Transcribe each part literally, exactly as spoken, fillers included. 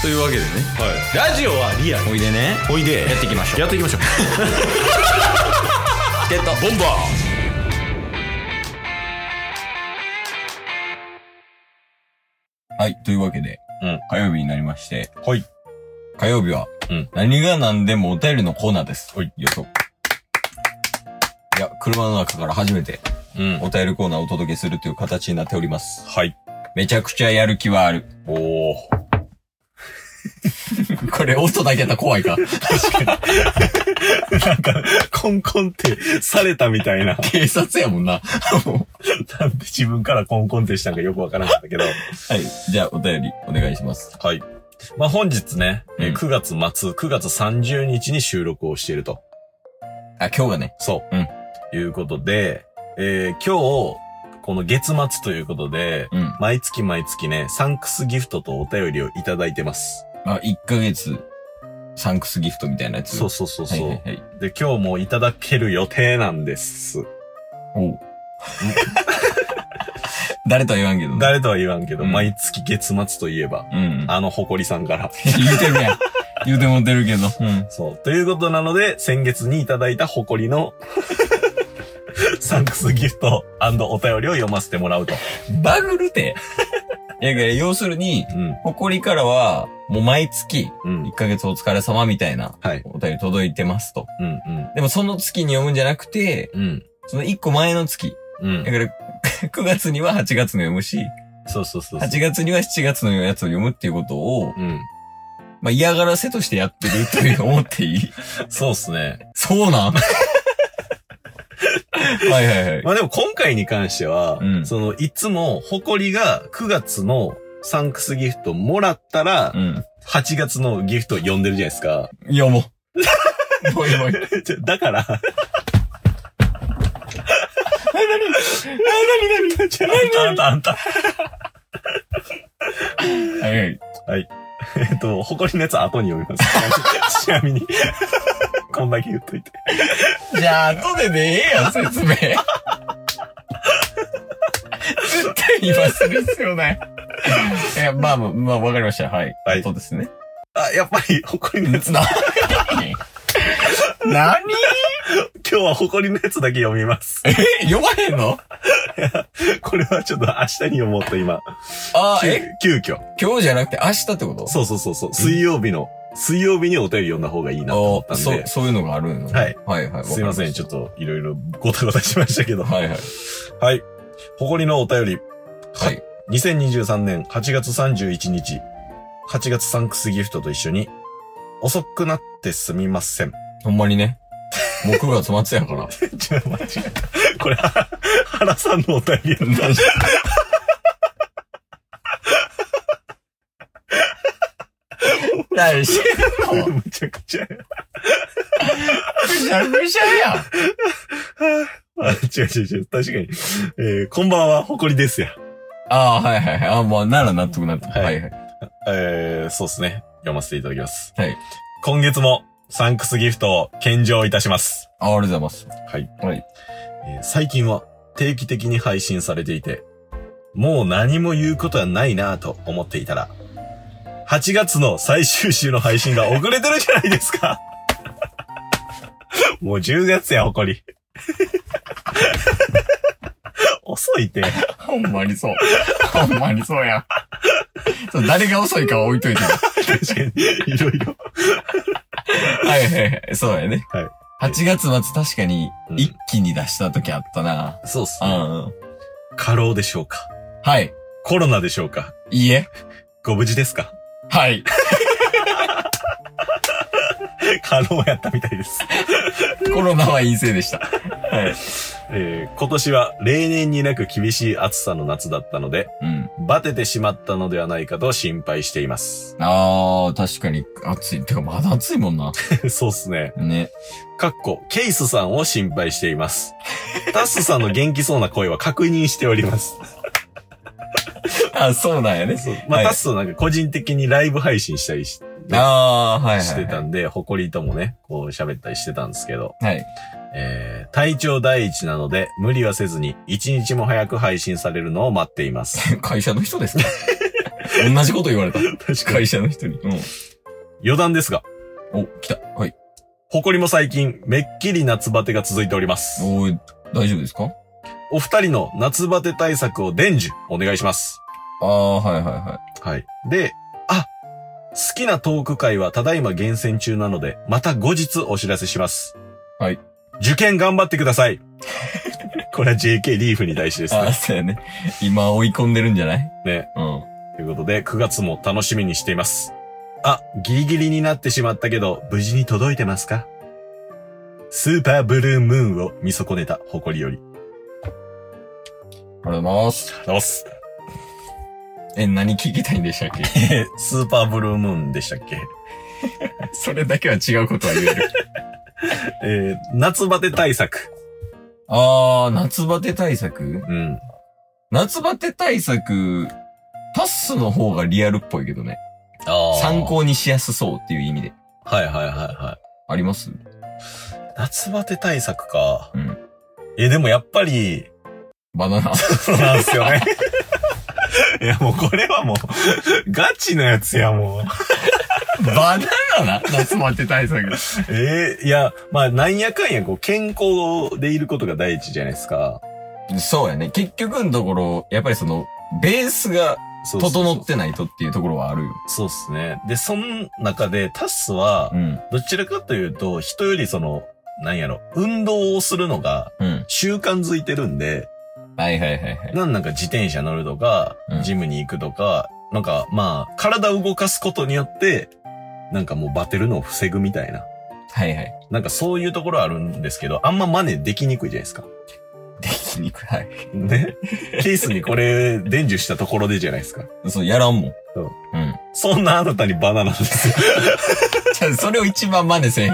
というわけでね、 はい、ラジオはリアル。 おいでね、 おいでやっていきましょう。 やっていきましょう。 チケットボンバー。はい、というわけで、 うん、 火曜日になりまして、 はい。 火曜日は、 うん、 何が何でもお便りのコーナーです。 はい。 よそ。いや、車の中から初めて、うん、お便りコーナーをお届けするという形になっております。 はい。 めちゃくちゃやる気はある。 おー。 これ音だけやったら怖いか。 確かに。なんか、コンコンってされたみたいな。 警察やもんな。 なんで自分からコンコンってしたんかよくわからなかったけど。はい。 じゃあ、お便りお願いします。 はい。まあ、本日ね、うん、くがつ末、くがつさんじゅうにちに収録をしていると。 あ、今日がね。 そう。うん。いうことで、えー、今日、この月末ということで、うん、毎月毎月ね、サンクスギフトとお便りをいただいてます。 あ、いっかげつ、サンクスギフトみたいなやつ。 そうそうそうそう、はいはいはい。で、今日もいただける予定なんです。 おう。誰とは言わんけど、ね。 誰とは言わんけど、うん、毎月月末といえば、うん、あのほこりさんから。 言うてるやん。言うてもてるけど。 うん。そう。ということなので、先月にいただいたほこりの、サンクスギフト&お便りを読ませてもらうと。 バグるて。いや、要するに、うん、ほこりからは、もう毎月、いっかげつお疲れ様みたいな、お便り届いてますと。うんうん、でもその月に読むんじゃなくて、うん、そのいっこまえの月。うん、だから、くがつにははちがつの読むし、 そうそうそうそう。 はちがつにはしちがつのやつを読むっていうことを、うん、まあ嫌がらせとしてやってるという思っていい？ そうっすね。 そうなんはいはいはい。 まあでも今回に関しては、うん、その、いつも、ほこりがくがつのサンクスギフトもらったら、うん、はちがつのギフト読んでるじゃないですか。 いやもう。もういいもういい。 だから。なになになになにあんたあんた。 はいはい。 はい。えっと、ほこりのやつ後に読みます。ちなみに。こんだけ言っといて。 じゃあ、後でねえやん、説明。絶対今する必要ない。いや、まあ、まあ、わかりました。はい。はい。そうですね。 あ、やっぱり、ほこりのやつだ。 何今日はほこりのやつだけ読みます。 え読まへんの？ いや、これはちょっと明日に読もうと今。 ああ、え急遽。 今日じゃなくて明日ってこと？ そうそうそうそう。水曜日の。水曜日にお便り読んだ方がいいなと思ったんで。 そう、そういうのがあるの？ はい。 はいはい。 すいません。ちょっといろいろごたごたしましたけど。 はいはい。 はい。ほこりのお便り。はい。にせんにじゅうさんねんはちがつさんじゅういちにち、はちがつサンクスギフトと一緒に、遅くなってすみません。 ほんまにね。もうくがつ末やから。 違う、間違えた。これ、原さんのお便りやんだ。 何してんの？ むちゃくちゃや。 ぐしゃぐしゃやん。 あ、違う違う違う。確かに。えー、こんばんは、ほこりですや。 ああ、はいはいはい。ああ、もうなら納得なった。はいはい。 えー、そうですね。読ませていただきます。 はい。 今月もサンクスギフトを献上いたします。 あ、ありがとうございます。 はい。 はい。 えー、最近は定期的に配信されていて、もう何も言うことはないなぁと思っていたら、はちがつの最終週の配信が遅れてるじゃないですか。もうじゅうがつや、ほこり。遅いて。 ほんまにそう。ほんまにそうや。そう、誰が遅いかは置いといて。 確かに、いろいろ。 はいはいはい。そうやね。 はい。 はちがつ末確かに一気に出した時あったな。 うん、そうっすね。 うん。 過労でしょうか？ はい。 コロナでしょうか？ いいえ。 ご無事ですか？ はい。 可能やったみたいです。 コロナは陰性でした。はい。 えー、今年は例年になく厳しい暑さの夏だったので、うん、バテてしまったのではないかと心配しています。 あー、確かに暑い。てかまだ暑いもんな。 そうっすね。 ね。 かっこ、ケイスさんを心配しています。タッスさんの元気そうな声は確認しております。 あ、そうなんやね。そう。 まあ、はい、タッスなんか個人的にライブ配信したりし、ね、 あー、はいはい、はい。 してたんで、ほこりともね、こう喋ったりしてたんですけど。 はい。 えー、体調第一なので、無理はせずに、一日も早く配信されるのを待っています。 会社の人ですか？ 同じこと言われた。 確かに。 会社の人に。うん。 余談ですが。 お、来た。はい。 ほこりも最近、めっきり夏バテが続いております。 おー、大丈夫ですか？ お二人の夏バテ対策を伝授お願いします。 ああ、はいはいはい。はい。で、あ、好きなトーク会はただいま厳選中なので、また後日お知らせします。 はい。 受験頑張ってください。これは ジェーケー リーフに対してですね。 ああ、そうやね。今追い込んでるんじゃない？ ね。 うん。 ということで、くがつも楽しみにしています。あ、ギリギリになってしまったけど、無事に届いてますか？スーパーブルームーンを見損ねた誇りより。 ありがとうございます。 ありがとうございます。 え、何聞きたいんでしたっけ？ スーパーブルームーンでしたっけ？ それだけは違うことは言える。 えー、夏バテ対策。 あー、夏バテ対策？ うん。 夏バテ対策、タッスの方がリアルっぽいけどね。 あ参考にしやすそうっていう意味で。 はいはいはいはい。 あります？ 夏バテ対策か。 うん。 え、でもやっぱり、 バナナ。 そうなんですよね。いやもうこれはもう、ガチのやつやもう。 バナナな夏バテ対策。 えー、いや、まあなんやかんやこう健康でいることが第一じゃないですか。 そうやね。結局のところ、やっぱりその、ベースが整ってないとっていうところはあるよ。 そうっすね。で、その中でタスは、 うん、 どちらかというと、人よりその、なんやろ、運動をするのが、習慣づいてるんで、 うん、はいはいはいはい。 なんなんか自転車乗るとか、うん、ジムに行くとか、なんかまあ、体を動かすことによって、なんかもうバテるのを防ぐみたいな。 はいはい。 なんかそういうところあるんですけど、あんま真似できにくいじゃないですか。 できにくい。はい。 ね。ケースにこれ伝授したところでじゃないですか。 そう、やらんもん。 そう。 うん。 そんなあなたにバナナですよ。 じゃあ、それを一番真似せえへん。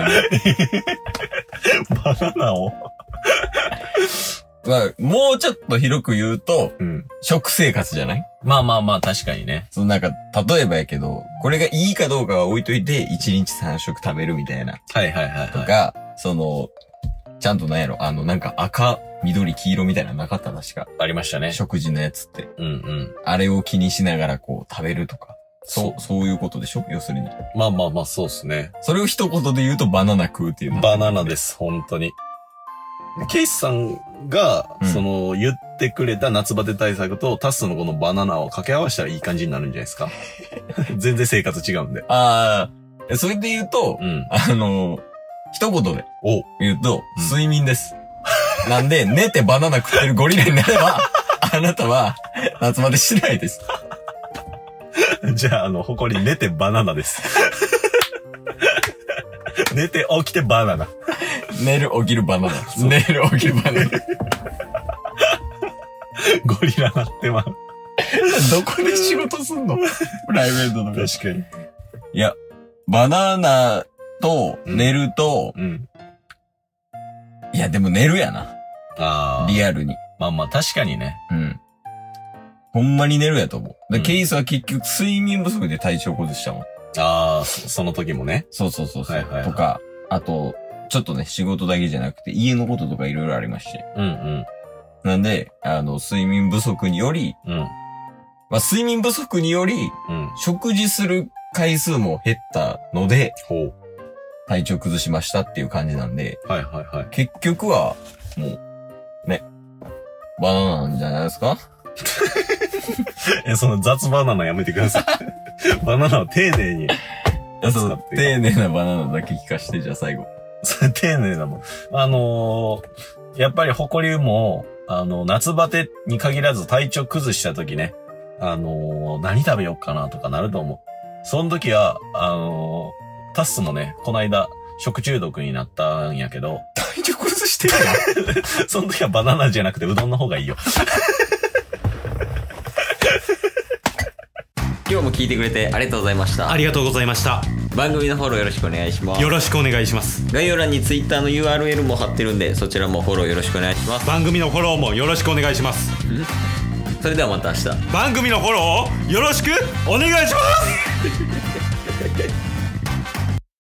バナナをまあ、もうちょっと広く言うと、 うん、 食生活じゃない？ まあまあまあ、確かにね。 そのなんか、例えばやけど、これがいいかどうかは置いといて、一日三食食べるみたいな。 はいはいはい、はい。 とか、その、ちゃんとなんやろ、あの、なんか赤、緑、黄色みたいなのなかった確か。 ありましたね。 食事のやつって。 うんうん。 あれを気にしながらこう食べるとか。そう、そういうことでしょ？要するに。 まあまあまあ、そうっすね。 それを一言で言うとバナナ食うっていうの。 バナナです、本当に。ケイスさんが、うん、その、言ってくれた夏バテ対策とタスのこのバナナを掛け合わせたらいい感じになるんじゃないですか。全然生活違うんで。 ああ、それで言うと、 うん、 あの、一言で言うと、睡眠です。うん、なんで、寝てバナナ食ってるゴリラになれば、あなたは夏バテしないです。 じゃあ、あの、ほこり寝てバナナです。寝て起きてバナナ。 寝る起きるバナナ。寝る起きるバナナ。 ゴリラなってまう。 どこで仕事すんの？プライベートの。 確かに。 いや、バナナと寝ると、 うんうん、 いやでも寝るやな。 ああ。 リアルに。 まあまあ確かにね。 うん。ほんまに寝るやと思う。で、うん、ケイスは結局睡眠不足で体調崩したもん。 ああ、そ, その時もね。 そうそうそうそう、 はいはいはい。 とか、あと、ちょっとね、仕事だけじゃなくて、家のこととかいろいろありまして。 うんうん。 なんで、あの、睡眠不足により、 うん。 まあ、睡眠不足により、 うん。 食事する回数も減ったので、 ほう。 体調崩しましたっていう感じなんで、 はいはいはい。 結局は、もう、ね、バナナなんじゃないですか？ え、その雑バナナやめてください。バナナを丁寧に。 そう、丁寧なバナナだけ聞かして、じゃあ最後。 それ丁寧なもん。あのー、やっぱりホコリも、あの、夏バテに限らず体調崩した時ね、あのー、何食べようかなとかなると思う。その時は、あのー、タッスもね、この間、食中毒になったんやけど。 体調崩してるよ。その時はバナナじゃなくてうどんの方がいいよ。 今日も聞いてくれてありがとうございました。 ありがとうございました。 番組のフォローよろしくお願いします。 よろしくお願いします。 概要欄に Twitter の ユーアールエル も貼ってるんで、そちらもフォローよろしくお願いします。 番組のフォローもよろしくお願いします。 それではまた明日。 番組のフォローをよろしくお願いします。